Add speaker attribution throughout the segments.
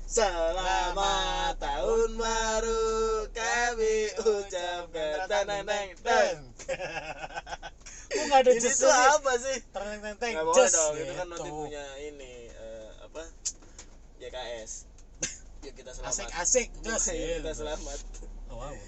Speaker 1: Selamat tahun baru kami ucapkan. Teng.
Speaker 2: Kok nggak ada
Speaker 1: Ini
Speaker 2: just
Speaker 1: tuh apa sih?
Speaker 2: Teng.
Speaker 1: Nggak boleh dong, itu kan nanti punya ini apa? JKS. Yuk kita selamat.
Speaker 2: Asik just.
Speaker 1: Yuk kita selamat.
Speaker 2: Oh, wow.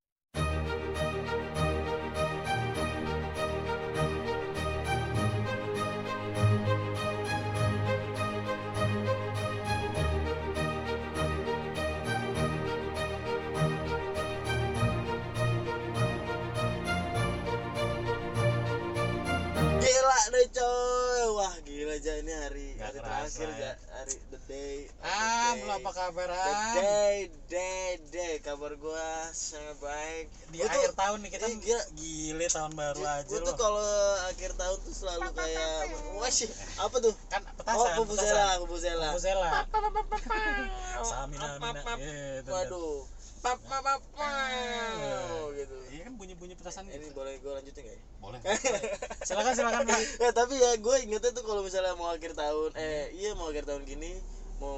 Speaker 1: Gila deh coy. Wah gila aja ini hari terakhir
Speaker 2: ya.
Speaker 1: hari the day.
Speaker 2: Lu apa kabar?
Speaker 1: Day kabar gua sangat baik.
Speaker 2: Di akhir tahun nih kita
Speaker 1: gila
Speaker 2: tahun baru aja
Speaker 1: gua
Speaker 2: loh.
Speaker 1: tuh kalau akhir tahun tuh selalu kayak wah sih apa tuh?
Speaker 2: Kan petasan.
Speaker 1: Pupusela.
Speaker 2: Samina gitu.
Speaker 1: Waduh. Gitu.
Speaker 2: Iya kan bunyi-bunyi petasan
Speaker 1: Ini
Speaker 2: gitu.
Speaker 1: boleh gue lanjutin nggak ya?
Speaker 2: Boleh. Silakan Bang.
Speaker 1: Ya tapi ya gue ingetnya tuh kalau misalnya mau akhir tahun mau akhir tahun gini mau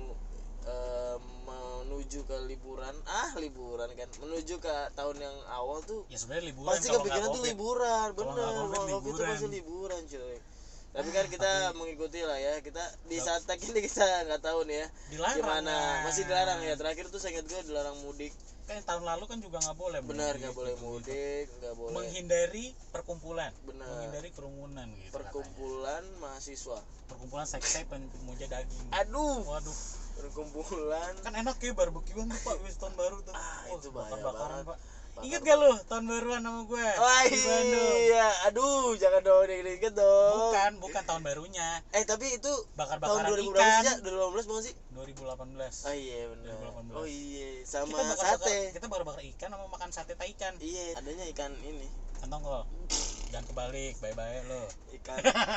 Speaker 1: menuju ke liburan kan menuju ke tahun yang awal tuh
Speaker 2: Ya sebenarnya liburan
Speaker 1: pasti kepikiran tuh liburan bener
Speaker 2: kalau
Speaker 1: itu pasti liburan coy. Tapi kan kita mengikuti lah ya, kita di saat ini kita nggak tahu nih ya
Speaker 2: dilarang,
Speaker 1: gimana masih dilarang ya. Terakhir tuh saya ingat gue dilarang mudik.
Speaker 2: Kan tahun lalu kan juga nggak boleh.
Speaker 1: Benar, nggak boleh mudik, nggak boleh.
Speaker 2: Menghindari perkumpulan.
Speaker 1: Benar.
Speaker 2: Menghindari kerumunan gitu.
Speaker 1: Perkumpulan katanya. Mahasiswa.
Speaker 2: Perkumpulan seks pemuja daging.
Speaker 1: Aduh.
Speaker 2: Waduh.
Speaker 1: Perkumpulan.
Speaker 2: Kan enak ya barbekyuan tuh Pak, wis tahun baru tuh.
Speaker 1: Itu bahaya
Speaker 2: bakar-bakaran
Speaker 1: banget.
Speaker 2: Pak. Ingat gak lu tahun baruan sama gue?
Speaker 1: Wah
Speaker 2: di Bandung.
Speaker 1: iya, aduh jangan dong dikit dong.
Speaker 2: Bukan tahun barunya.
Speaker 1: Tapi itu
Speaker 2: bakar-bakaran
Speaker 1: tahun 2000
Speaker 2: ikan.
Speaker 1: berapa sih? 2018 bukan sih?
Speaker 2: 2018.
Speaker 1: Oh iya benar.
Speaker 2: 2018.
Speaker 1: Oh iya, sama sate.
Speaker 2: Kita bakar ikan sama makan sate tai ikan.
Speaker 1: Iya, adanya ikan ini.
Speaker 2: Ikan tongkol. Jangan kebalik, bye-bye lo.
Speaker 1: Ikan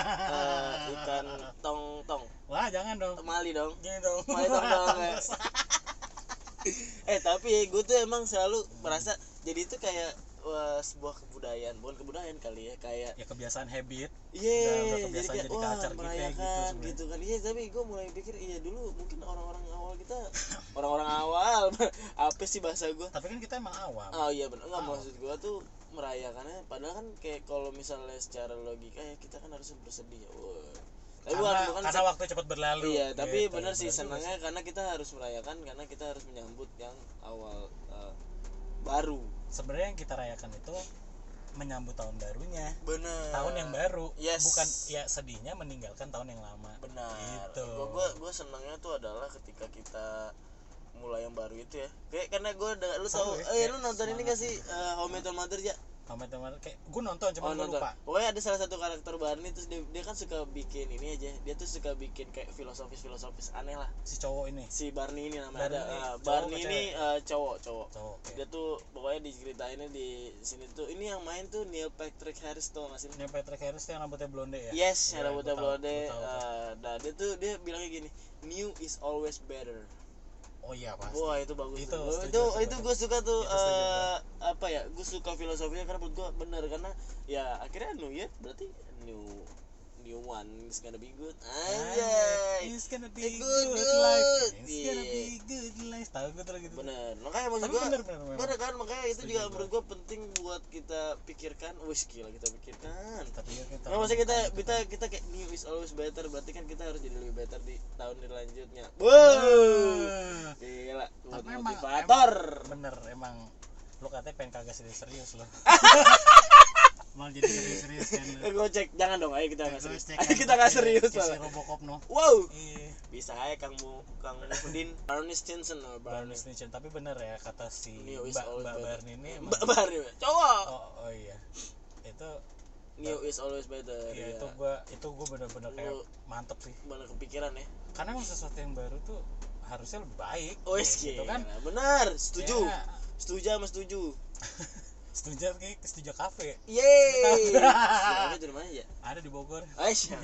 Speaker 1: tong.
Speaker 2: Wah, jangan dong.
Speaker 1: Mali dong.
Speaker 2: Gini dong.
Speaker 1: Mali tong. Tapi gue tuh emang selalu merasa jadi itu kayak sebuah kebudayaan, bukan kebudayaan kali ya, kayak
Speaker 2: ya kebiasaan habit.
Speaker 1: Udah
Speaker 2: kebiasaan jadi
Speaker 1: culture
Speaker 2: merayakan
Speaker 1: gitu kan. Iya, tapi gue mulai pikir dulu mungkin orang-orang awal kita orang-orang awal apa sih bahasa gue?
Speaker 2: Tapi kan kita emang awam.
Speaker 1: Oh iya benar. Enggak, maksud gue tuh merayakannya padahal kan kayak kalau misalnya secara logika kita kan harus bersedih.
Speaker 2: Karena waktu cepat berlalu.
Speaker 1: Iya, tapi benar sih senangnya karena kita harus merayakan, karena kita harus menyambut yang awal baru.
Speaker 2: Sebenarnya yang kita rayakan itu menyambut tahun barunya.
Speaker 1: Benar.
Speaker 2: Tahun yang baru.
Speaker 1: Yes.
Speaker 2: Bukan ya sedihnya meninggalkan tahun yang lama.
Speaker 1: Benar.
Speaker 2: Gitu.
Speaker 1: Gue senangnya tuh adalah ketika kita mulai yang baru itu ya. Kayak karena lu tahu lu nonton ini enggak sih How I Met Your Mother ya?
Speaker 2: Teman-teman kayak gue nonton cuma gue lupa.
Speaker 1: Pokoknya ada salah satu karakter Barney terus dia kan suka bikin ini aja. Dia tuh suka bikin kayak filosofis aneh lah.
Speaker 2: Si cowok ini.
Speaker 1: Si Barney ini namanya Barney ini cowok.
Speaker 2: Okay.
Speaker 1: Dia tuh pokoknya diceritainnya di sini tuh ini yang main tuh Neil Patrick Harris tuh nggak sih?
Speaker 2: Neil Patrick Harris tuh yang rambutnya blonde ya?
Speaker 1: Yes, yang rambutnya blonde. Nah dia bilangnya gini, new is always better.
Speaker 2: Oh iya pasti.
Speaker 1: Wah itu bagus. Itu gue suka tuh apa ya? Gue suka filosofinya karena menurut gue benar karena ya akhirnya new year berarti new one is gonna be good.
Speaker 2: It's gonna be good life. It's gonna be good life. Tahu gue terus gitu.
Speaker 1: Bener. Makanya maksud gue bener kan, makanya itu juga menurut gue penting buat kita pikirkan. Wih gila kita pikirkan. Nah, maksudnya kita kayak new is always better, berarti kan kita harus jadi lebih better di tahun selanjutnya. Wow. Gila, motivator.
Speaker 2: Bener emang. Lu katanya pengen kagak serius lo. Malah jadi serius kan.
Speaker 1: Gue cek, jangan dong, ayo kita nggak serius
Speaker 2: lah. Si Robocop no.
Speaker 1: Wow. Iya. Bisa aja Kang Mufudin, Barney Stinson.
Speaker 2: Tapi bener ya kata si Mbak Barney ini.
Speaker 1: Mbak Barney, cowok.
Speaker 2: Oh iya. Itu
Speaker 1: new is always better.
Speaker 2: Iya, itu gua bener-bener kayak mantep sih.
Speaker 1: Bener kepikiran ya.
Speaker 2: Karena emang sesuatu yang baru tuh harusnya lebih baik.
Speaker 1: Oh gitu kan? Benar, setuju. Ya. Setuju. Setuju
Speaker 2: kafe.
Speaker 1: Yeay. Kafe di mana ya?
Speaker 2: Ada di Bogor.
Speaker 1: Aisyah.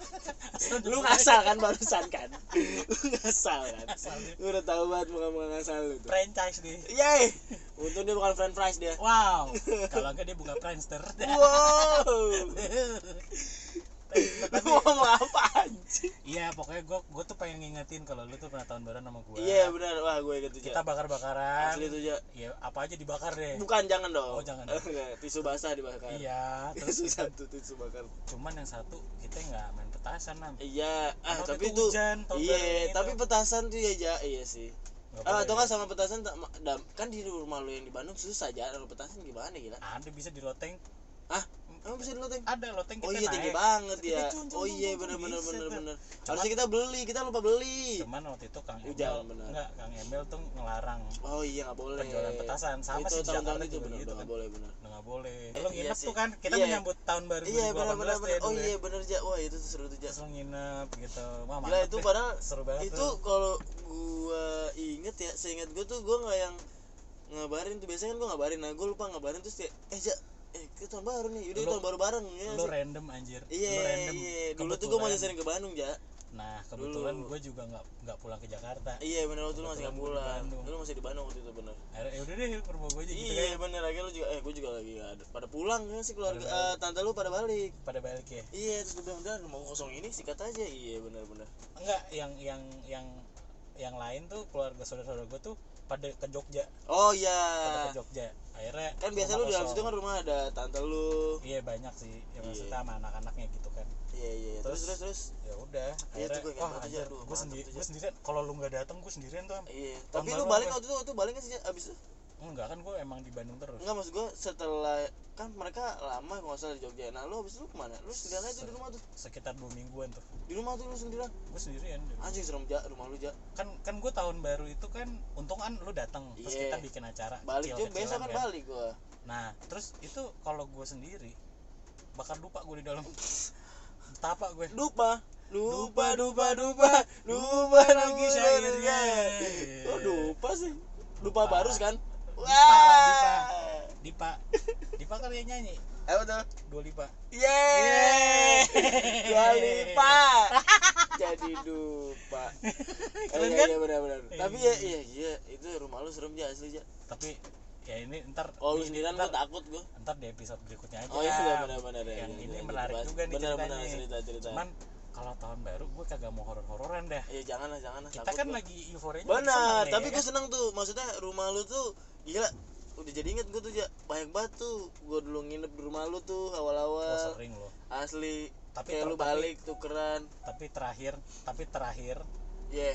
Speaker 1: Lu ngasal kan barusan kan? Lu ngasal kan? Lu udah tahu banget muka-muka ngasal lu tuh.
Speaker 2: Franchise nih.
Speaker 1: Yeay. Untung dia bukan french fries dia.
Speaker 2: Wow. Kalau enggak dia buka Friendster.
Speaker 1: Wow. Lu mau ngomong apa anjing?
Speaker 2: Iya, pokoknya gue tuh pengen ngingetin kalau lu tuh pernah tahun baru sama gue.
Speaker 1: Iya benar, wah gue inget tuh.
Speaker 2: Kita bakar-bakaran.
Speaker 1: Asli tuh, Ja.
Speaker 2: Ya apa aja dibakar deh.
Speaker 1: Bukan, jangan dong.
Speaker 2: Oh, jangan.
Speaker 1: Tisu basah dibakar.
Speaker 2: Iya, terus
Speaker 1: Tisu satu tisu bakar.
Speaker 2: cuman yang satu kita nggak main petasan, Nam.
Speaker 1: Iya,
Speaker 2: Karena
Speaker 1: tapi
Speaker 2: itu
Speaker 1: itu
Speaker 2: hujan, tahun baru
Speaker 1: iya,
Speaker 2: ini
Speaker 1: tapi
Speaker 2: tuh.
Speaker 1: petasan tuh ya, Ja, iya sih.
Speaker 2: Nggak
Speaker 1: Atau
Speaker 2: boleh,
Speaker 1: kan sama petasan kan di rumah lu yang di Bandung susah aja, kalau petasan gimana gila?
Speaker 2: ada bisa di loteng.
Speaker 1: Ah, emang bisa di loteng?
Speaker 2: Ada loteng kita
Speaker 1: Oh iya
Speaker 2: naik.
Speaker 1: tinggi banget
Speaker 2: Kita
Speaker 1: ya.
Speaker 2: cun,
Speaker 1: Oh iya
Speaker 2: cun,
Speaker 1: benar.
Speaker 2: bisa,
Speaker 1: Harusnya kita beli, kita lupa beli.
Speaker 2: Cuman waktu itu Kang
Speaker 1: Hujan,
Speaker 2: Emil
Speaker 1: benar.
Speaker 2: enggak, Kang Emil tuh ngelarang
Speaker 1: Oh iya nggak boleh.
Speaker 2: penjualan petasan. Sama
Speaker 1: itu
Speaker 2: sih di
Speaker 1: tahun-tahun
Speaker 2: Jakarta
Speaker 1: itu
Speaker 2: juga
Speaker 1: benar
Speaker 2: gitu
Speaker 1: nggak
Speaker 2: kan.
Speaker 1: boleh benar.
Speaker 2: Udah nggak boleh.
Speaker 1: Eh,
Speaker 2: Lo
Speaker 1: iya
Speaker 2: nginep
Speaker 1: sih.
Speaker 2: tuh kan, kita
Speaker 1: Iya.
Speaker 2: menyambut tahun baru 2018
Speaker 1: Iya benar.
Speaker 2: tuh ya
Speaker 1: Oh
Speaker 2: dulu
Speaker 1: iya
Speaker 2: ya.
Speaker 1: benar, Ja. Wah itu tuh seru tuh, Ja.
Speaker 2: Terus lo nginep gitu. Wah,
Speaker 1: Gila
Speaker 2: mantep
Speaker 1: itu
Speaker 2: deh.
Speaker 1: padahal
Speaker 2: Seru banget
Speaker 1: itu
Speaker 2: tuh.
Speaker 1: kalau gua inget ya, seingat gua tuh gua nggak yang ngabarin tuh, biasanya kan gua ngabarin. Nah gua lupa ngabarin terus kayak Ja, kita tahun baru nih, yaudah
Speaker 2: Lu-
Speaker 1: tahun baru bareng ya.
Speaker 2: Lo
Speaker 1: sih?
Speaker 2: random anjir.
Speaker 1: Iya,
Speaker 2: Lo random.
Speaker 1: iya. Dulu tuh
Speaker 2: Kebetulan.
Speaker 1: gua masih sering ke Bandung, Ja.
Speaker 2: Nah, kebetulan
Speaker 1: Dulu.
Speaker 2: gue juga nggak pulang ke Jakarta.
Speaker 1: Iya benar, waktu lu masih nggak
Speaker 2: Kebetulan gua di
Speaker 1: pulang.
Speaker 2: Bandung.
Speaker 1: Lu masih di Bandung waktu itu benar.
Speaker 2: Akhirnya ya udah deh ke rumah gue aja gitu
Speaker 1: Iya
Speaker 2: kan.
Speaker 1: benar, akhirnya lu juga gue juga lagi nggak ada. Pada pulang kan sih keluarga,
Speaker 2: Pada balik.
Speaker 1: tante lu pada balik.
Speaker 2: Pada balik ya.
Speaker 1: Iya, terus gue bilang, "Dan mau kosong ini sikat aja." Iya benar.
Speaker 2: Enggak, yang lain tuh keluarga saudara-saudara gue tuh pada ke Jogja.
Speaker 1: Oh
Speaker 2: Pada
Speaker 1: iya.
Speaker 2: ke Jogja. Akhirnya
Speaker 1: Kan biasa lu di dalam situ kan rumah ada tante lu.
Speaker 2: iya banyak sih. Ya maksudnya
Speaker 1: Iya.
Speaker 2: sama anak-anaknya gitu kan.
Speaker 1: Iya. Terus.
Speaker 2: Ya udah,
Speaker 1: Iya,
Speaker 2: akhirnya
Speaker 1: tuh gua ingat
Speaker 2: wah
Speaker 1: banget aja.
Speaker 2: anjir,
Speaker 1: Aduh,
Speaker 2: gue
Speaker 1: mantap tuh,
Speaker 2: sendirian. Kalau lu nggak datang gue sendirian tuh.
Speaker 1: Iya.
Speaker 2: Tahun
Speaker 1: Tapi
Speaker 2: baru
Speaker 1: lu balik
Speaker 2: apa?
Speaker 1: waktu itu balik nggak sih abis itu?
Speaker 2: Enggak kan, gue emang di Bandung terus.
Speaker 1: Enggak, maksud gue setelah kan mereka lama kalau nggak salah di Jogja. Nah lu abis itu lu kemana? Lu sendirian aja di rumah tuh?
Speaker 2: Sekitar 2 mingguan tuh.
Speaker 1: Di rumah tuh lu sendirian?
Speaker 2: Gue sendirian.
Speaker 1: Anjing serem, Ja, rumah lu, Ja.
Speaker 2: Kan gue tahun baru itu kan untung kan lu datang, terus
Speaker 1: Iya.
Speaker 2: kita bikin acara
Speaker 1: Balik tuh
Speaker 2: kecil-kecilan
Speaker 1: besok kan balik gua.
Speaker 2: Nah terus itu kalau gue sendiri bakar dupa gue di dalam tapak gue.
Speaker 1: Dupa
Speaker 2: lagi syairnya.
Speaker 1: Oh dupa sih. Dupa
Speaker 2: Dupa.
Speaker 1: Barus kan?
Speaker 2: Lah, Dipa kan dia nyanyi
Speaker 1: Apa tuh?
Speaker 2: Dua Lipa.
Speaker 1: Yeay. Dua lipat. Jadi dupa.
Speaker 2: Keren
Speaker 1: Iya,
Speaker 2: kan?
Speaker 1: iya benar. Tapi ya iya itu rumah lu serem, Ja, asli, Ja.
Speaker 2: Tapi ya ini ntar
Speaker 1: Oh lu sendirian gua takut gua.
Speaker 2: ntar di episode berikutnya aja.
Speaker 1: Oh iya benar ya.
Speaker 2: Yang
Speaker 1: Iya,
Speaker 2: ini
Speaker 1: iya,
Speaker 2: menarik
Speaker 1: bahas.
Speaker 2: juga nih
Speaker 1: Benar
Speaker 2: ceritanya.
Speaker 1: cerita.
Speaker 2: Cuman kalau tahun baru gue kagak mau horor-hororan dah.
Speaker 1: Iya jangan lah.
Speaker 2: Kita
Speaker 1: takut
Speaker 2: kan
Speaker 1: gua.
Speaker 2: lagi euforianya.
Speaker 1: Benar, tapi
Speaker 2: gue
Speaker 1: gue seneng tuh. Maksudnya rumah lu tuh gila. Udah jadi inget gue tuh, Ja. Banyak banget tuh. Gue dulu nginep di rumah lu tuh awal-awal.
Speaker 2: sering loh.
Speaker 1: Asli.
Speaker 2: Tapi
Speaker 1: Kayak lu balik tukeran.
Speaker 2: Tapi terakhir
Speaker 1: Iya.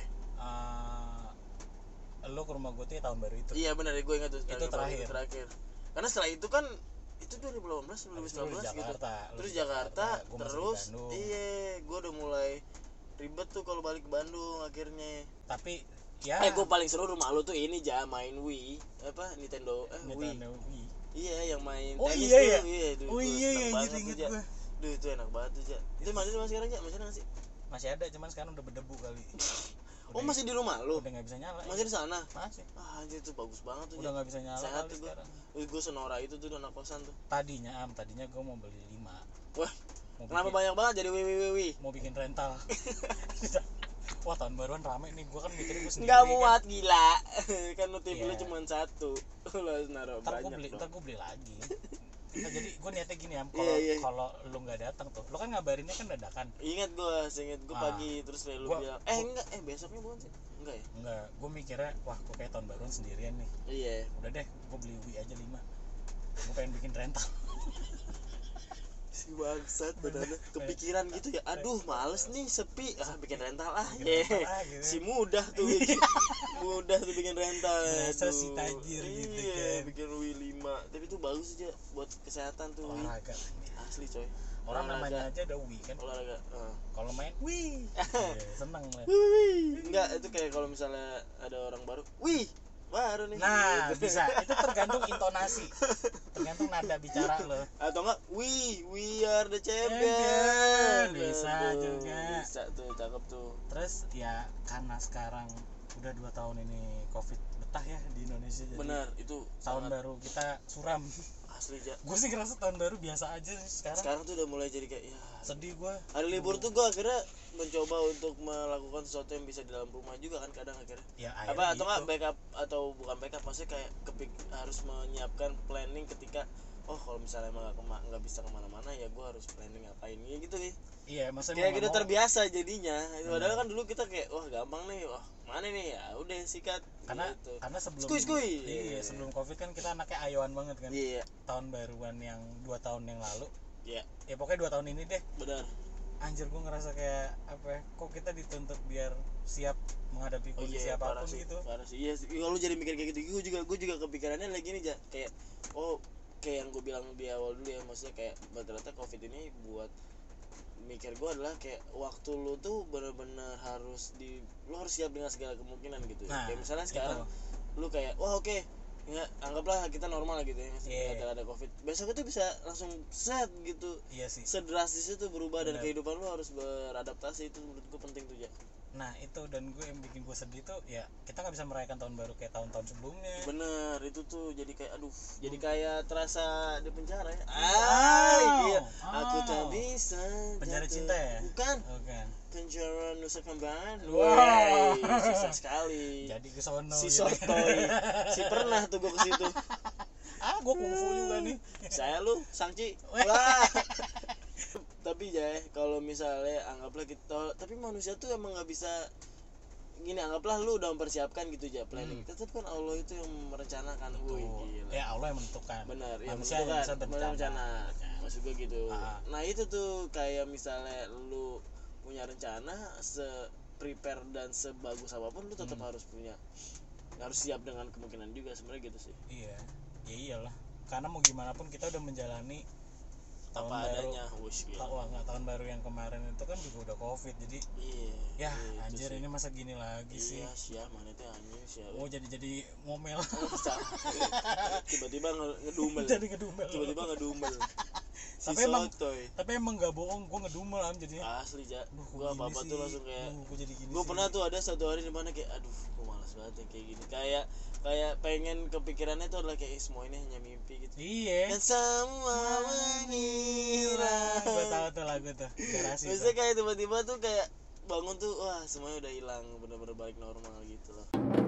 Speaker 2: lo ke rumah gue tuh ya tahun baru itu.
Speaker 1: Iya benar, gue ingat tuh.
Speaker 2: Itu terakhir.
Speaker 1: Karena setelah itu kan itu 2018
Speaker 2: Habis itu
Speaker 1: 2019
Speaker 2: lu di
Speaker 1: gitu.
Speaker 2: Jakarta, lu
Speaker 1: Terus
Speaker 2: di Jakarta,
Speaker 1: Jakarta,
Speaker 2: gua masih di
Speaker 1: terus
Speaker 2: Bandung.
Speaker 1: iya, gue udah mulai ribet tuh kalau balik ke Bandung akhirnya.
Speaker 2: Tapi ya
Speaker 1: Gue paling seru rumah lu tuh ini, Ja, main Wii, apa Nintendo Wii.
Speaker 2: Nintendo Wii.
Speaker 1: Iya, yang main
Speaker 2: Oh,
Speaker 1: tenis
Speaker 2: iya,
Speaker 1: tuh.
Speaker 2: ya?
Speaker 1: Iya, duh,
Speaker 2: Oh
Speaker 1: itu
Speaker 2: iya
Speaker 1: seneng
Speaker 2: ya,
Speaker 1: banget
Speaker 2: jadi
Speaker 1: tuh,
Speaker 2: inget
Speaker 1: Ja.
Speaker 2: gue.
Speaker 1: Duh, itu enak banget tuh, Ja. Itu masih sekarang, Ja? Masih ada nggak sih?
Speaker 2: Masih ada, cuman sekarang udah berdebu kali.
Speaker 1: Oh, masih di rumah lu?
Speaker 2: Udah nggak bisa nyala.
Speaker 1: Masih di sana?
Speaker 2: Masih.
Speaker 1: Ah, anjir itu bagus banget tuh,
Speaker 2: Udah
Speaker 1: Ja.
Speaker 2: nggak bisa nyala
Speaker 1: Sehat
Speaker 2: kali
Speaker 1: tuh gue.
Speaker 2: sekarang.
Speaker 1: Gue senora itu tuh anak kosan tuh.
Speaker 2: Tadinya gue mau beli 5.
Speaker 1: Wah,
Speaker 2: Mau
Speaker 1: kenapa
Speaker 2: bikin,
Speaker 1: banyak banget jadi wiwi?
Speaker 2: mau bikin rental. Wah, tahun baruan rame nih. Gue kan mikirnya gue sendiri.
Speaker 1: Nggak
Speaker 2: kan.
Speaker 1: muat gila. Kan lu TV lu
Speaker 2: Iya.
Speaker 1: cuma satu. Lu harus naruh
Speaker 2: Ntar gue
Speaker 1: banyak dong.
Speaker 2: beli lagi. Nah, jadi gue niatnya gini ya,
Speaker 1: Iya.
Speaker 2: kalau lu nggak datang tuh, lu kan ngabarinnya kan dadakan.
Speaker 1: Ingat gue
Speaker 2: Ah.
Speaker 1: pagi terus kayak lu
Speaker 2: Gua-
Speaker 1: bilang, enggak, besoknya bukan sih? Enggak ya?
Speaker 2: Enggak, gue mikirnya wah gue kayak tahun baruan sendirian nih.
Speaker 1: Iya.
Speaker 2: Udah deh, gue beli Wii aja 5. Gue pengen bikin rental.
Speaker 1: Si bangsat benar kepikiran gitu ya. Aduh, males nih sepi. Bikin rental
Speaker 2: Bikin
Speaker 1: Iya.
Speaker 2: rental ah, gitu.
Speaker 1: Si mudah tuh bikin. Mudah tuh bikin rental.
Speaker 2: Berasa
Speaker 1: Aduh.
Speaker 2: si tajir gitu
Speaker 1: Iya,
Speaker 2: kan.
Speaker 1: bikin Wii 5. Tapi itu bagus aja buat kesehatan tuh Wii.
Speaker 2: Olahraga.
Speaker 1: Asli coy.
Speaker 2: Orang
Speaker 1: Olahraga.
Speaker 2: namanya aja udah Wii kan.
Speaker 1: Olahraga.
Speaker 2: Kalau main Wii. Seneng lah.
Speaker 1: Wih, enggak itu kayak kalau misalnya ada orang baru, wih, baru nih.
Speaker 2: Nah,
Speaker 1: gitu.
Speaker 2: bisa. Itu tergantung intonasi. Tergantung nada bicara lo.
Speaker 1: Atau enggak, we are the champion.
Speaker 2: Champion. Bisa
Speaker 1: Aduh,
Speaker 2: juga.
Speaker 1: Bisa tuh, cakep tuh.
Speaker 2: Terus ya karena sekarang udah 2 tahun ini Covid betah ya di Indonesia, jadi
Speaker 1: Benar, itu
Speaker 2: tahun
Speaker 1: sangat
Speaker 2: baru kita suram.
Speaker 1: asli, Ja.
Speaker 2: Gue sih ngerasa tahun baru biasa aja sih sekarang.
Speaker 1: Sekarang tuh udah mulai jadi kayak ya.
Speaker 2: Sedih gue.
Speaker 1: Hari libur tuh gua akhirnya mencoba untuk melakukan sesuatu yang bisa di dalam rumah juga kan kadang akhirnya.
Speaker 2: Ya
Speaker 1: Apa
Speaker 2: akhirnya
Speaker 1: atau enggak
Speaker 2: gitu.
Speaker 1: backup atau bukan backup, maksudnya kayak harus menyiapkan planning ketika oh kalau misalnya emang nggak bisa kemana-mana ya gue harus planning ngapain gitu nih.
Speaker 2: Iya, maksudnya
Speaker 1: Kayak gitu terbiasa jadinya. Padahal kan dulu kita kayak wah gampang nih, wah mana nih ya udah sikat.
Speaker 2: Karena
Speaker 1: gitu.
Speaker 2: karena sebelum
Speaker 1: Skui.
Speaker 2: Iya, sebelum Covid kan kita anaknya ayoan banget kan.
Speaker 1: Iya.
Speaker 2: Tahun baruan yang 2 tahun yang lalu.
Speaker 1: Iya.
Speaker 2: Ya pokoknya 2 tahun ini deh.
Speaker 1: Benar.
Speaker 2: Anjir gue ngerasa kayak apa ya? Kok kita dituntut biar siap menghadapi kondisi apapun gitu.
Speaker 1: Parah sih. Iya, kalau jadi mikir kayak gitu, gue juga kepikirannya lagi nih kayak kayak yang gue bilang di awal dulu ya, maksudnya kayak ternyata Covid ini buat mikir gue adalah kayak waktu lu tuh benar-benar lu harus siap dengan segala kemungkinan gitu.
Speaker 2: Nah,
Speaker 1: kayak misalnya sekarang lu kayak wah oke, ya anggaplah kita normal gitu ya, ada Covid, besok itu bisa langsung set gitu.
Speaker 2: Iya sih,
Speaker 1: sedrastis itu berubah.
Speaker 2: Bener.
Speaker 1: Dan kehidupan lu harus beradaptasi, itu menurut gue penting tuh ya.
Speaker 2: Nah itu, dan gue yang bikin gue sedih tuh ya kita nggak bisa merayakan tahun baru kayak tahun-tahun sebelumnya.
Speaker 1: Bener, itu tuh jadi kayak jadi kayak terasa di penjara ya. Iya. Aku tak bisa
Speaker 2: penjara
Speaker 1: jatuh.
Speaker 2: cinta ya?
Speaker 1: Bukan penjara Nusa Kambangan.
Speaker 2: Wow.
Speaker 1: Susah sekali.
Speaker 2: Jadi ke sono
Speaker 1: Si
Speaker 2: gitu.
Speaker 1: sotoy. Si pernah tuh gue ke situ.
Speaker 2: Gue kungfu juga nih.
Speaker 1: Saya lu Sangci. Wah. Tapi ya kalau misalnya anggaplah kita, tapi manusia tuh emang nggak bisa gini, anggaplah lu udah mempersiapkan gitu aja planning, tetap kan Allah itu yang merencanakan. Wih gila.
Speaker 2: Ya Allah yang menentukan.
Speaker 1: Benar, ya
Speaker 2: manusia yang bisa
Speaker 1: berencana. Maksud gue gitu. Nah itu tuh kayak misalnya lu punya rencana prepare dan sebagus apapun, lu tetap harus siap dengan kemungkinan juga sebenarnya gitu sih.
Speaker 2: Iya, ya iyalah. Karena mau gimana pun kita udah menjalani tahun
Speaker 1: apa
Speaker 2: baru,
Speaker 1: adanya.
Speaker 2: tahun baru yang kemarin itu kan juga udah Covid, jadi
Speaker 1: iya,
Speaker 2: anjir ini masa gini lagi sih.
Speaker 1: Iya siap, mana teh anjing siap.
Speaker 2: Jadi ngomel.
Speaker 1: Tiba-tiba ngedumel. Tiba-tiba ngedumel. Tapi
Speaker 2: emang gak bohong, gue ngedumel jadi.
Speaker 1: Asli ja. Gue apa tuh langsung kayak.
Speaker 2: Gue
Speaker 1: pernah tuh ada satu hari di mana kayak gue malas banget yang kayak gini. Kayak pengen kepikirannya tuh adalah kayak semua ini hanya mimpi gitu.
Speaker 2: Iya.
Speaker 1: Dan semua mengira.
Speaker 2: Gue tahu tuh lagu tuh.
Speaker 1: Biasanya kayak tiba-tiba tuh kayak bangun tuh wah semuanya udah hilang, bener-bener balik normal gitu loh.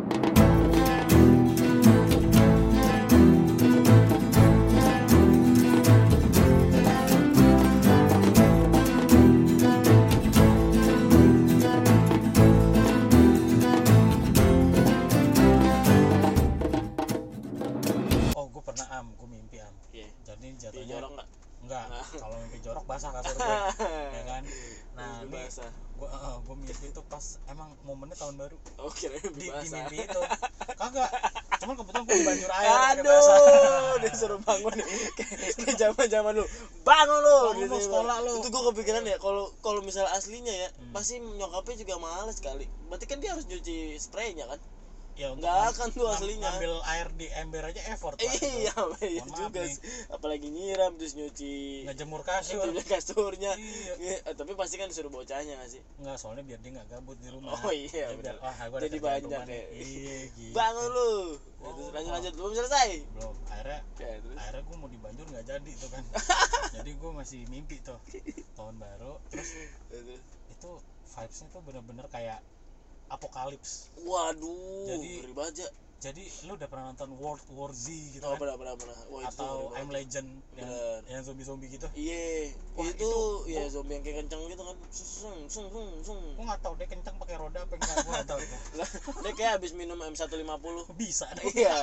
Speaker 2: Gue mimpi
Speaker 1: Yeah.
Speaker 2: Jadi jatuhnya
Speaker 1: jorok
Speaker 2: enggak. Kalau mimpi jorok basah kasur gue. Ya kan? Nah, ini
Speaker 1: basah.
Speaker 2: Gue mimpi itu pas emang momennya tahun baru.
Speaker 1: Oh, kira
Speaker 2: di
Speaker 1: basah.
Speaker 2: mimpi itu. Kagak. Cuman kebetulan gue banjur air.
Speaker 1: Aduh, disuruh bangun kayak zaman-zaman lu. Bangun lu
Speaker 2: gitu. Sekolah lu.
Speaker 1: Itu gue kepikiran ya, kalau misalnya aslinya ya, pasti nyokapnya juga males sekali. Berarti kan dia harus nyuci spraynya kan?
Speaker 2: Ya,
Speaker 1: nggak akan tuh aslinya
Speaker 2: ngambil air di ember aja effort
Speaker 1: iya juga sih. Apalagi nyiram terus nyuci
Speaker 2: ngejemur
Speaker 1: kasurnya. Iya. Tapi pasti kan disuruh bocahnya nggak sih?
Speaker 2: Nggak, soalnya biar dia nggak gabut di rumah.
Speaker 1: Oh iya benar. Jadi banyak ya.
Speaker 2: Iya gitu.
Speaker 1: Bangun lu. Lanjut belum selesai.
Speaker 2: Belum. Akhirnya gue mau dibanjur nggak jadi tuh kan. Jadi gue masih mimpi tuh tahun baru. Terus itu vibesnya tuh bener-bener kayak apokalips.
Speaker 1: Waduh,
Speaker 2: jadi
Speaker 1: ngeri banget.
Speaker 2: Jadi lu udah pernah nonton World War Z gitu
Speaker 1: kan?
Speaker 2: Pernah.
Speaker 1: Wah,
Speaker 2: atau I'm Legend yang zombie gitu.
Speaker 1: Iya. Itu ya zombie yang kayak kencang gitu kan. Sung.
Speaker 2: Gua enggak tahu dia kencang pakai roda apa enggak, gua enggak tahu.
Speaker 1: Dia kayak habis minum M150.
Speaker 2: Bisa.
Speaker 1: Iya.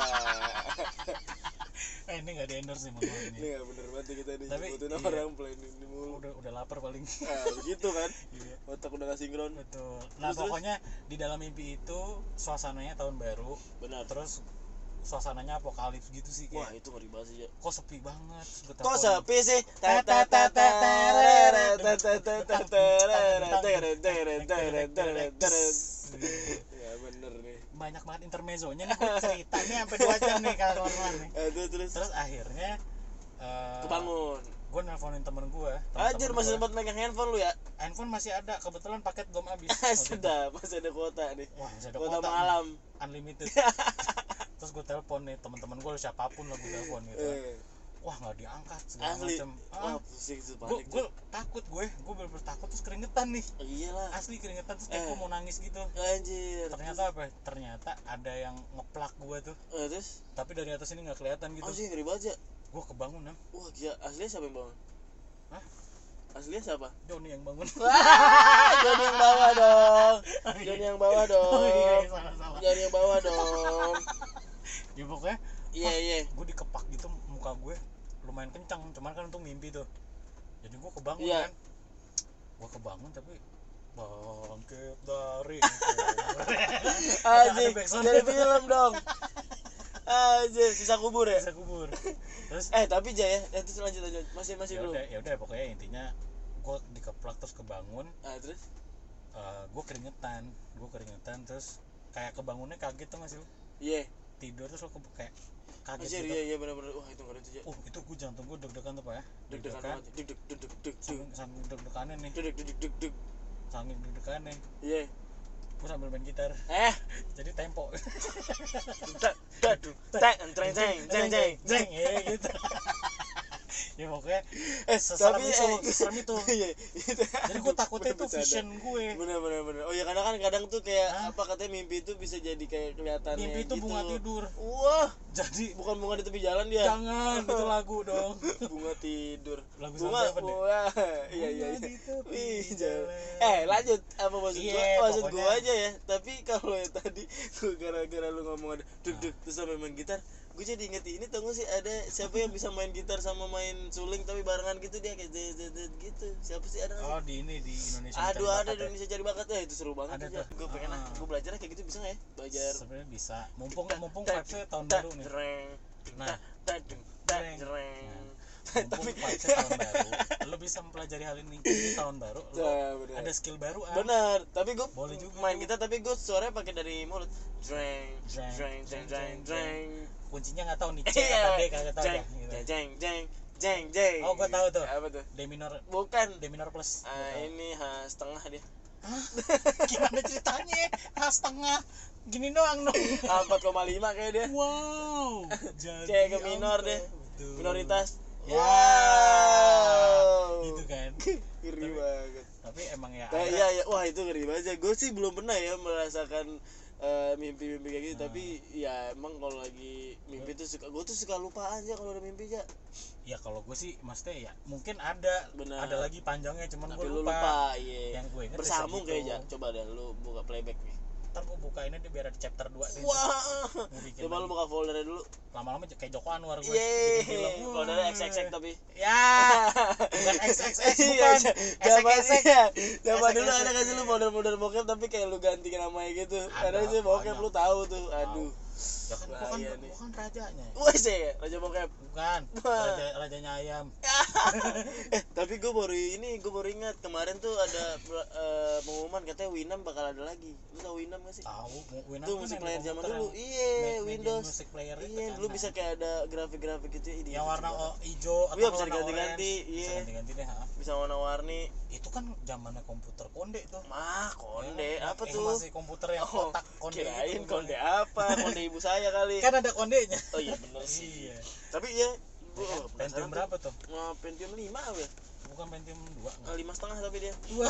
Speaker 2: Ini enggak di endorse nih Mama ini.
Speaker 1: Iya bener banget kita nih. Nyebutin orang planning ini mulu.
Speaker 2: Udah lapar paling.
Speaker 1: Begitu kan?
Speaker 2: Iya.
Speaker 1: Otak udah gak sinkron.
Speaker 2: Betul. Nah, pokoknya di dalam mimpi itu suasananya tahun baru.
Speaker 1: Benar.
Speaker 2: Terus suasananya apokalips gitu sih kayak.
Speaker 1: Wah, itu ngeri banget sih, ya.
Speaker 2: Kok sepi banget.
Speaker 1: Kok sepi sih? Ya bener nih.
Speaker 2: Banyak banget intermezzonya nih, gue cerita nih sampai 2 jam nih kalau keluar nih. Terus akhirnya
Speaker 1: kebangun.
Speaker 2: Gue nelponin temen gue.
Speaker 1: Anjir, masih sempat megang handphone lu ya?
Speaker 2: Handphone masih ada, kebetulan paket belum habis.
Speaker 1: Sudah, masih ada kuota nih.
Speaker 2: Wah, masih ada
Speaker 1: kuota malam.
Speaker 2: Unlimited. Terus gue telepon nih teman-teman gue, siapapun lah gue telepon gitu. Wah, nggak diangkat segala macam.
Speaker 1: Wah, pusing tuh, panik.
Speaker 2: Gue takut, gue bener-bener takut, terus keringetan nih.
Speaker 1: Iyalah.
Speaker 2: Asli keringetan, terus gue mau nangis gitu.
Speaker 1: Anjir.
Speaker 2: Ternyata apa? Ternyata ada yang ngeplak gue tuh.
Speaker 1: Terus?
Speaker 2: Tapi dari atas ini nggak kelihatan gitu.
Speaker 1: Anjir, ngeri banget ya.
Speaker 2: Gue kebangun kan.
Speaker 1: Wah gila, aslinya siapa yang bangun?
Speaker 2: Hah?
Speaker 1: Aslinya siapa?
Speaker 2: Johnny yang bangun.
Speaker 1: Wah, Johnny yang bawa dong. Johnny yang bawa dong.
Speaker 2: Oh iya, salah.
Speaker 1: Johnny yang bawa dong.
Speaker 2: Ya pokoknya
Speaker 1: Iya.
Speaker 2: gue dikepak gitu, muka gue lumayan kencang, cuman kan untuk mimpi tuh. Jadi gue kebangun
Speaker 1: Iya.
Speaker 2: kan. Gue kebangun tapi bangkit dari
Speaker 1: Anjing, jadi film dong. Anjing, sisa kubur ya?
Speaker 2: Bisa kubur. Terus
Speaker 1: Tapi Jaya, itu lanjut. Masih belum.
Speaker 2: ya udah pokoknya intinya gue dikeplak terus kebangun.
Speaker 1: Terus
Speaker 2: Gue keringetan terus kayak kebangunnya kaget tuh masih.
Speaker 1: iya.
Speaker 2: Tidur terus lo kayak kaget
Speaker 1: Anjir,
Speaker 2: gitu.
Speaker 1: iya benar. Wah, itu ngeri tuh, Jaya.
Speaker 2: Itu gue jantung gue deg-degan tuh Pak ya.
Speaker 1: Deg-degan banget. Deg.
Speaker 2: Saking deg-degannya nih.
Speaker 1: Deg.
Speaker 2: Saking deg-degannya.
Speaker 1: Iya.
Speaker 2: Gue sambil main gitar. Jadi tempo.
Speaker 1: Jeng.
Speaker 2: Ya gitu. Ya pokoknya
Speaker 1: Tapi
Speaker 2: serem itu.
Speaker 1: Iya.
Speaker 2: Jadi gue takutnya itu vision gue.
Speaker 1: Bener. Oh ya, karena kan kadang tuh kayak apa katanya mimpi itu bisa jadi kayak kelihatannya
Speaker 2: Mimpi itu
Speaker 1: gitu.
Speaker 2: bunga tidur.
Speaker 1: Wah,
Speaker 2: Jadi
Speaker 1: bukan bunga di tepi jalan dia.
Speaker 2: jangan itu lagu dong.
Speaker 1: Bunga tidur.
Speaker 2: Lagu
Speaker 1: Bunga.
Speaker 2: siapa deh?
Speaker 1: Wah, iya.
Speaker 2: Bunga di tepi
Speaker 1: Wih,
Speaker 2: jalan.
Speaker 1: Lanjut. Apa maksud
Speaker 2: Iya,
Speaker 1: gua? Maksud
Speaker 2: pokoknya.
Speaker 1: gua aja ya. Tapi kalau yang tadi gara-gara lu ngomong ada deg terus sampai main gitar, gue jadi inget ini tau gak sih, ada siapa yang bisa main gitar sama main suling tapi barengan gitu, dia kayak gitu. Siapa sih, ada nggak sih?
Speaker 2: Oh di Indonesia.
Speaker 1: Aduh,
Speaker 2: Mencari
Speaker 1: ada
Speaker 2: Bakat
Speaker 1: di Indonesia Cari Bakat ya, itu seru banget
Speaker 2: Ada
Speaker 1: tuh.
Speaker 2: tuh.
Speaker 1: Gue pengen gue belajar kayak gitu, bisa nggak ya? Belajar.
Speaker 2: Sebenarnya bisa. Mumpung vibes-nya tahun baru nih. Nah. Mumpung vibes-nya tahun baru, lo bisa mempelajari hal ini di tahun baru. Lo ada skill baru.
Speaker 1: Bener, tapi gue
Speaker 2: Boleh juga
Speaker 1: main
Speaker 2: tuh.
Speaker 1: gitar tapi gue suaranya pakai dari mulut. Dreng.
Speaker 2: Kuncinya nggak tahu nih C apa D, kagak tahu ya.
Speaker 1: Jeng.
Speaker 2: Oh, gue tahu tuh.
Speaker 1: Apa tuh?
Speaker 2: D minor plus.
Speaker 1: Ini H setengah dia.
Speaker 2: Hah? Gimana ceritanya? Setengah. Gini doang dong.
Speaker 1: 4,5 kayak dia.
Speaker 2: Wow.
Speaker 1: C ke minor deh.
Speaker 2: Betul.
Speaker 1: Minoritas.
Speaker 2: Ya.
Speaker 1: Wow.
Speaker 2: Gitu kan.
Speaker 1: Ngeri banget.
Speaker 2: Tapi emang ya
Speaker 1: Iya. Wah, itu ngeri banget. Gue sih belum pernah ya merasakan mimpi-mimpi kayak gitu, tapi ya emang kalau lagi mimpi tuh gue tuh suka lupa aja kalau ada mimpi aja.
Speaker 2: Ya kalau gue sih maksudnya ya mungkin ada.
Speaker 1: Bener.
Speaker 2: Ada lagi panjangnya cuman
Speaker 1: Tapi
Speaker 2: gue
Speaker 1: lu
Speaker 2: lupa.
Speaker 1: lupa, iya.
Speaker 2: Yang gue inget
Speaker 1: bersambung
Speaker 2: gitu.
Speaker 1: kayaknya. Coba deh lu buka playback nih.
Speaker 2: Ntar gue buka ini biar ada chapter 2 nih.
Speaker 1: Wah.
Speaker 2: Bikin
Speaker 1: Coba lu
Speaker 2: lagi.
Speaker 1: buka foldernya dulu.
Speaker 2: Lama-lama kayak Joko Anwar gue.
Speaker 1: Yeay.
Speaker 2: Bikin film.
Speaker 1: Foldernya XXX tapi.
Speaker 2: Ya. Bukan XXX
Speaker 1: Iya,
Speaker 2: bukan.
Speaker 1: Zaman dulu ada kan sih lu folder-folder bokep tapi kayak lu ganti namanya gitu. Ada sih bokep, lu tahu tuh. Aduh.
Speaker 2: Ya kan bukan rajanya.
Speaker 1: Wah sih, Raja Bokep.
Speaker 2: Bukan. Rajanya ayam.
Speaker 1: Tapi gue baru ingat kemarin tuh ada pengumuman katanya Winamp bakal ada lagi. Lu tau Winamp gak sih?
Speaker 2: Tahu, Winamp
Speaker 1: Tuh
Speaker 2: kan
Speaker 1: musik
Speaker 2: yang
Speaker 1: player
Speaker 2: di
Speaker 1: zaman
Speaker 2: komputer
Speaker 1: dulu.
Speaker 2: yang
Speaker 1: Iya, Windows.
Speaker 2: Music player itu
Speaker 1: Iya,
Speaker 2: kan.
Speaker 1: dulu bisa kayak ada grafik-grafik gitu ya.
Speaker 2: Yang warna hijau atau
Speaker 1: iya, bisa
Speaker 2: warna
Speaker 1: diganti-ganti.
Speaker 2: orange. Bisa
Speaker 1: Iya.
Speaker 2: ganti-ganti deh, ha.
Speaker 1: Bisa warna-warni.
Speaker 2: Itu kan zamannya komputer konde tuh.
Speaker 1: Konde apa tuh?
Speaker 2: Masih komputer yang kotak konde.
Speaker 1: Kirain
Speaker 2: gitu,
Speaker 1: konde apa? Konde ibu saya kali.
Speaker 2: Kan ada kondenya.
Speaker 1: Oh iya benar sih.
Speaker 2: Iya.
Speaker 1: Tapi ya
Speaker 2: Pentium berapa tuh?
Speaker 1: Pentium 5 ya?
Speaker 2: Bukan Pentium 2.
Speaker 1: 5,5 tapi dia.
Speaker 2: 2.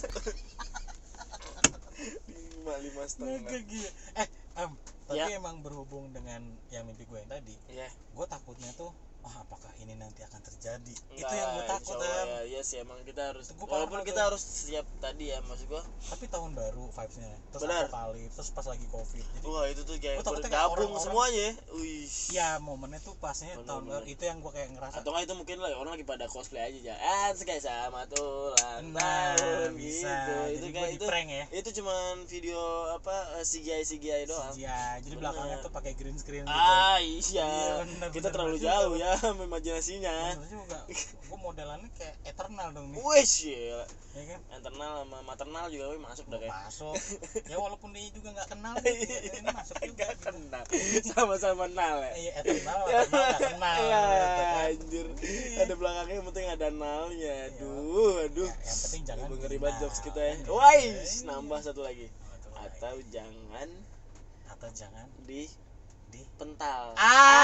Speaker 1: 5,5.
Speaker 2: Gila. Tapi
Speaker 1: Ya.
Speaker 2: emang berhubung dengan yang mimpi gue yang tadi.
Speaker 1: Iya.
Speaker 2: Gue takutnya tuh, apakah ini nanti akan terjadi? Itu yang gue takut kan.
Speaker 1: Ya, iya sih emang kita harus.
Speaker 2: Gua
Speaker 1: Walaupun
Speaker 2: parah
Speaker 1: kita
Speaker 2: tuh.
Speaker 1: harus siap tadi ya, maksud gua.
Speaker 2: Tapi tahun baru vibes-nya. Terus
Speaker 1: Benar.
Speaker 2: apokalips, terus pas lagi Covid. Jadi
Speaker 1: Wah, itu tuh kayak
Speaker 2: Gua takutnya kayak
Speaker 1: bergabung
Speaker 2: orang-orang-
Speaker 1: semuanya ya. Wih.
Speaker 2: ya momennya tuh pasnya
Speaker 1: Bener,
Speaker 2: tahun
Speaker 1: bener.
Speaker 2: baru. Itu yang gue kayak ngerasa.
Speaker 1: Atau nggak itu mungkin lah orang lagi pada cosplay aja ya. Kayak sama ulang
Speaker 2: Nah,
Speaker 1: tahun
Speaker 2: bisa.
Speaker 1: gitu.
Speaker 2: Jadi
Speaker 1: Itu
Speaker 2: gue
Speaker 1: kayak
Speaker 2: di
Speaker 1: itu.
Speaker 2: prank ya.
Speaker 1: Itu cuman video CGI doang.
Speaker 2: Iya, jadi
Speaker 1: Bener.
Speaker 2: belakangnya tuh pakai green screen gitu.
Speaker 1: Iya.
Speaker 2: Iya, bener,
Speaker 1: Kita
Speaker 2: bener,
Speaker 1: terlalu
Speaker 2: bener
Speaker 1: jauh
Speaker 2: juga.
Speaker 1: ya imajinasinya.
Speaker 2: Bener juga. Gue modelannya kayak Eternal dong nih.
Speaker 1: Wih, gila.
Speaker 2: Ya kan?
Speaker 1: Internal sama maternal juga masuk dah kayak.
Speaker 2: Masuk. Ya walaupun dia juga nggak kenal gitu, ini masuk juga.
Speaker 1: Gak kenal. Sama-sama nal ya.
Speaker 2: Iya, Eternal nggak kenal.
Speaker 1: Ya,
Speaker 2: gitu kan.
Speaker 1: anjir. Ada belakangnya yang penting ada nalnya. Aduh.
Speaker 2: Ya, yang penting jangan
Speaker 1: Ngeri
Speaker 2: bikin
Speaker 1: banget jokes kita ya.
Speaker 2: nal.
Speaker 1: Wais, nambah satu lagi. Atau jangan di pental.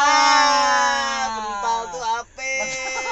Speaker 1: Pental tuh apa?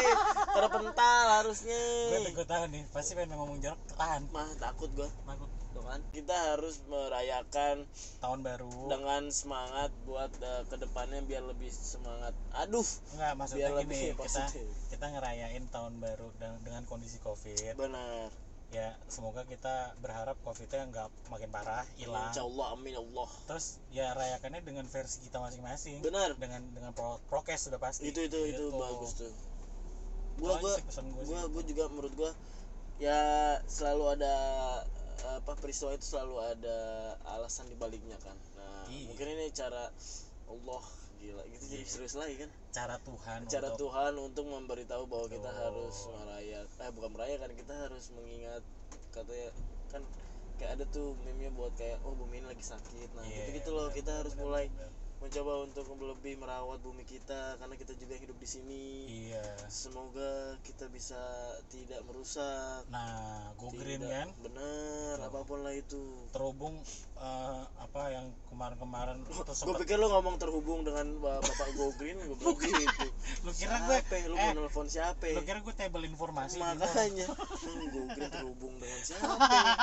Speaker 1: Karena pental harusnya.
Speaker 2: Gue tahu nih, pasti pengen ngomong jorok tahan.
Speaker 1: Mah takut gua.
Speaker 2: Takut.
Speaker 1: tuh kan kita harus merayakan
Speaker 2: tahun baru
Speaker 1: dengan semangat buat kedepannya biar lebih semangat. Aduh,
Speaker 2: enggak maksudnya
Speaker 1: biar
Speaker 2: gini,
Speaker 1: lebih positif.
Speaker 2: kita ngerayain tahun baru dengan kondisi covid.
Speaker 1: Benar.
Speaker 2: Ya semoga kita berharap covidnya nggak makin parah, hilang.
Speaker 1: Insyaallah, amin Allah.
Speaker 2: Terus ya rayakannya dengan versi kita masing-masing.
Speaker 1: Benar.
Speaker 2: Dengan prokes sudah pasti.
Speaker 1: Itu
Speaker 2: gitu.
Speaker 1: bagus tuh. Gua juga menurut gua ya selalu ada peristiwa itu selalu ada alasan dibaliknya kan. Nah, mungkin ini cara Allah, gila gitu jadi serius lagi kan.
Speaker 2: Cara
Speaker 1: Tuhan untuk memberitahu bahwa kita harus bukan merayakan, kita harus mengingat, katanya kan kayak ada tuh meme-nya buat kayak bumi ini lagi sakit. Nah, gitu loh, kita harus mulai mencoba untuk lebih merawat bumi kita karena kita juga hidup di sini.
Speaker 2: Iya.
Speaker 1: Semoga kita bisa tidak merusak.
Speaker 2: Nah, go green kan?
Speaker 1: Bener, apapun lah itu.
Speaker 2: Terhubung apa yang kemarin-kemarin
Speaker 1: Gue pikir lo ngomong terhubung dengan Bapak Go Green, gue bilang gitu.
Speaker 2: Lu kira
Speaker 1: lu mau nelfon siapa?
Speaker 2: Lu kira gue table informasi?
Speaker 1: Makanya, Go Green terhubung dengan siapa?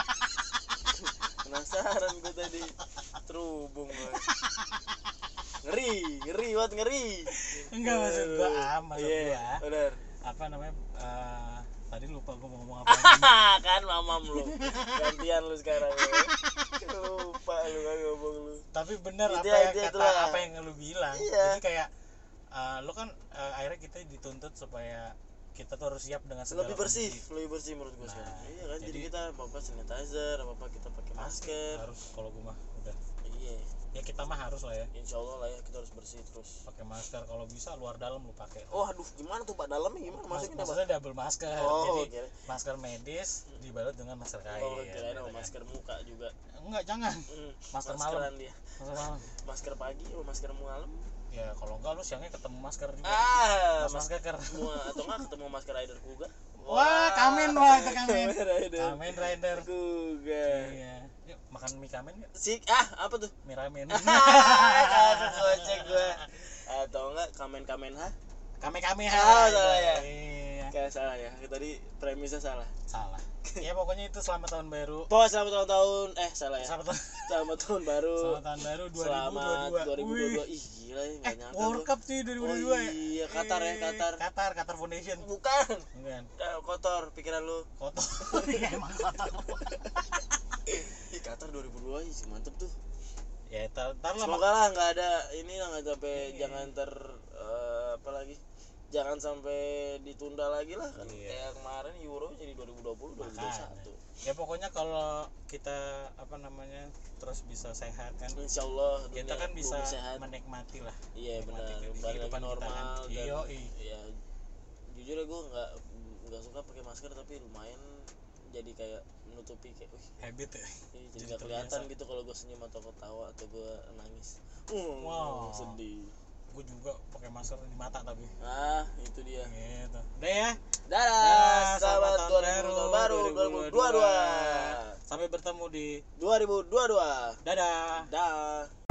Speaker 1: Penasaran gue tadi, terhubung gue. Ngeri banget, ngeri.
Speaker 2: Enggak, maksud gua
Speaker 1: benar.
Speaker 2: Apa namanya, tadi lupa gua mau ngomong apa lagi.
Speaker 1: Kan mamam lu, gantian lu sekarang lu. Lupa lu kan ngomong lu.
Speaker 2: Tapi benar apa yang lu bilang.
Speaker 1: Iya.
Speaker 2: Jadi kayak lu kan akhirnya kita dituntut supaya kita tuh harus siap dengan segala
Speaker 1: lebih bersih menurut gua sekarang. Iya kan, jadi kita apa sanitizer, apa kita pakai masker.
Speaker 2: Harus, kalau gua mah udah.
Speaker 1: Iya.
Speaker 2: Ya kita mah harus lah ya.
Speaker 1: Insyaallah lah ya, kita harus bersih terus.
Speaker 2: Pakai masker, kalau bisa luar dalam lu pakai.
Speaker 1: Oh aduh, gimana tuh Pak, dalamnya gimana?
Speaker 2: Maksudnya double masker. Jadi masker medis dibalut dengan masker kain.
Speaker 1: Oh, kirain masker muka juga.
Speaker 2: Enggak, jangan. Masker malam.
Speaker 1: Dia.
Speaker 2: Masker malam.
Speaker 1: Masker pagi atau masker malam?
Speaker 2: Ya kalau enggak lu siangnya ketemu masker juga.
Speaker 1: Masker atau enggak ketemu masker rider kuga.
Speaker 2: Wah, kamen itu kamen. Kamen rider
Speaker 1: kuga.
Speaker 2: Iya. Yuk makan mie kamen yuk.
Speaker 1: Apa tuh?
Speaker 2: Mie ramen.
Speaker 1: Gua cek gua. Atau enggak kamen ha?
Speaker 2: Kame-kame
Speaker 1: salah ya.
Speaker 2: Iya.
Speaker 1: Kayak salah ya. Tadi premisnya salah.
Speaker 2: Ya pokoknya itu selamat tahun baru.
Speaker 1: Selamat ulang tahun. Salah ya. Selamat tahun baru.
Speaker 2: Selamat tahun baru 2022.
Speaker 1: Selamat 2022. Ih, gila ya, enggak nyangka.
Speaker 2: World Cup sih 2022 ya.
Speaker 1: Iya, Qatar
Speaker 2: Foundation.
Speaker 1: Bukan. Kotor pikiran lu.
Speaker 2: Kotor. Emang kotor.
Speaker 1: Ih, Qatar 2002 sih mantep tuh.
Speaker 2: Ya, tar lah.
Speaker 1: Semoga lah enggak ada ini lah, enggak sampai jangan apa lagi. Jangan sampai ditunda lagi lah kan. Kayak kemarin Euro jadi 2020 2021.
Speaker 2: Ya pokoknya kalau kita terus bisa sehat kan,
Speaker 1: insyaallah
Speaker 2: kita kan bisa menikmati lah.
Speaker 1: Iya benar, kehidupan normal.
Speaker 2: Iya.
Speaker 1: Ya jujur ya gue nggak suka pakai masker, tapi lumayan jadi kayak menutupi kayak
Speaker 2: habit ya.
Speaker 1: Jadi nggak kelihatan gitu kalau gue senyum atau ketawa atau gue nangis. Sedih.
Speaker 2: Gue juga pakai masker di mata tapi.
Speaker 1: Itu dia.
Speaker 2: Gitu. Udah ya.
Speaker 1: Dadah. Selamat tahun baru 2022.
Speaker 2: Sampai bertemu di
Speaker 1: 2022.
Speaker 2: Dadah.
Speaker 1: Dah.